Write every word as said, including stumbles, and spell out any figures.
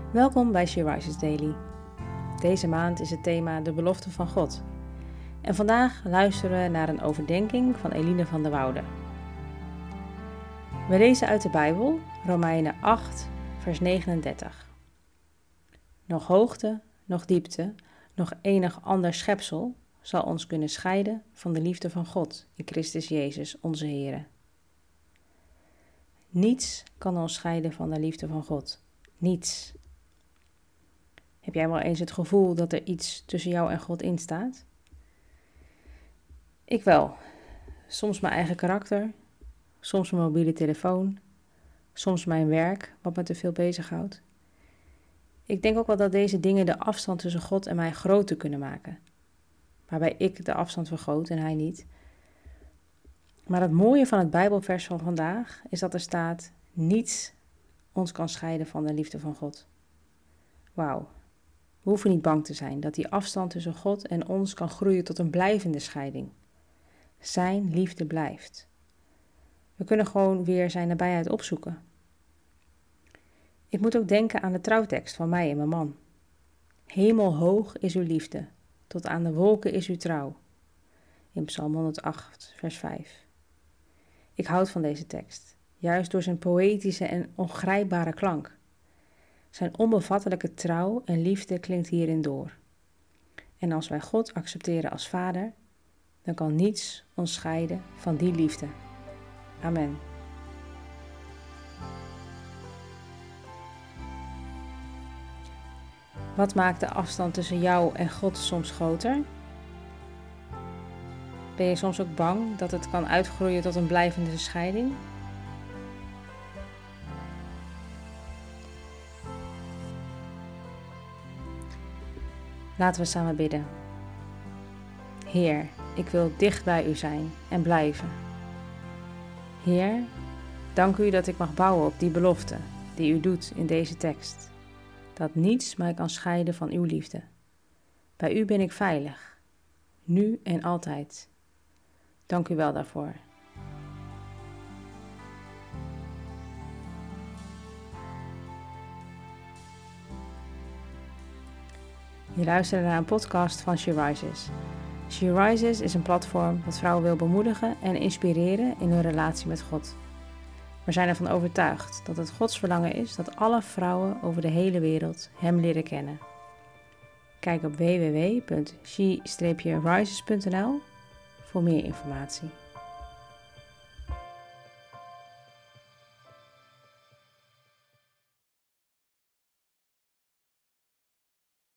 Welkom bij She Rises Daily. Deze maand is het thema de belofte van God. En vandaag luisteren we naar een overdenking van Eline van der Woude. We lezen uit de Bijbel, Romeinen acht, vers negenendertig. Nog hoogte, nog diepte, nog enig ander schepsel zal ons kunnen scheiden van de liefde van God in Christus Jezus, onze Heer. Niets kan ons scheiden van de liefde van God. Niets. Heb jij wel eens het gevoel dat er iets tussen jou en God in staat? Ik wel. Soms mijn eigen karakter, soms mijn mobiele telefoon, soms mijn werk, wat me te veel bezighoudt. Ik denk ook wel dat deze dingen de afstand tussen God en mij groter kunnen maken. Waarbij ik de afstand vergroot en hij niet. Maar het mooie van het Bijbelvers van vandaag is dat er staat: niets ons kan scheiden van de liefde van God. Wauw. We hoeven niet bang te zijn dat die afstand tussen God en ons kan groeien tot een blijvende scheiding. Zijn liefde blijft. We kunnen gewoon weer zijn nabijheid opzoeken. Ik moet ook denken aan de trouwtekst van mij en mijn man. Hemelhoog is uw liefde, tot aan de wolken is uw trouw. In Psalm honderdacht, vers vijf. Ik houd van deze tekst, juist door zijn poëtische en ongrijpbare klank. Zijn onbevattelijke trouw en liefde klinkt hierin door. En als wij God accepteren als Vader, dan kan niets ons scheiden van die liefde. Amen. Wat maakt de afstand tussen jou en God soms groter? Ben je soms ook bang dat het kan uitgroeien tot een blijvende scheiding? Laten we samen bidden. Heer, ik wil dicht bij u zijn en blijven. Heer, dank u dat ik mag bouwen op die belofte die u doet in deze tekst. Dat niets mij kan scheiden van uw liefde. Bij u ben ik veilig, nu en altijd. Dank u wel daarvoor. Je luistert naar een podcast van She Rises. She Rises is een platform dat vrouwen wil bemoedigen en inspireren in hun relatie met God. We zijn ervan overtuigd dat het Gods verlangen is dat alle vrouwen over de hele wereld Hem leren kennen. Kijk op w w w punt she rises punt n l voor meer informatie.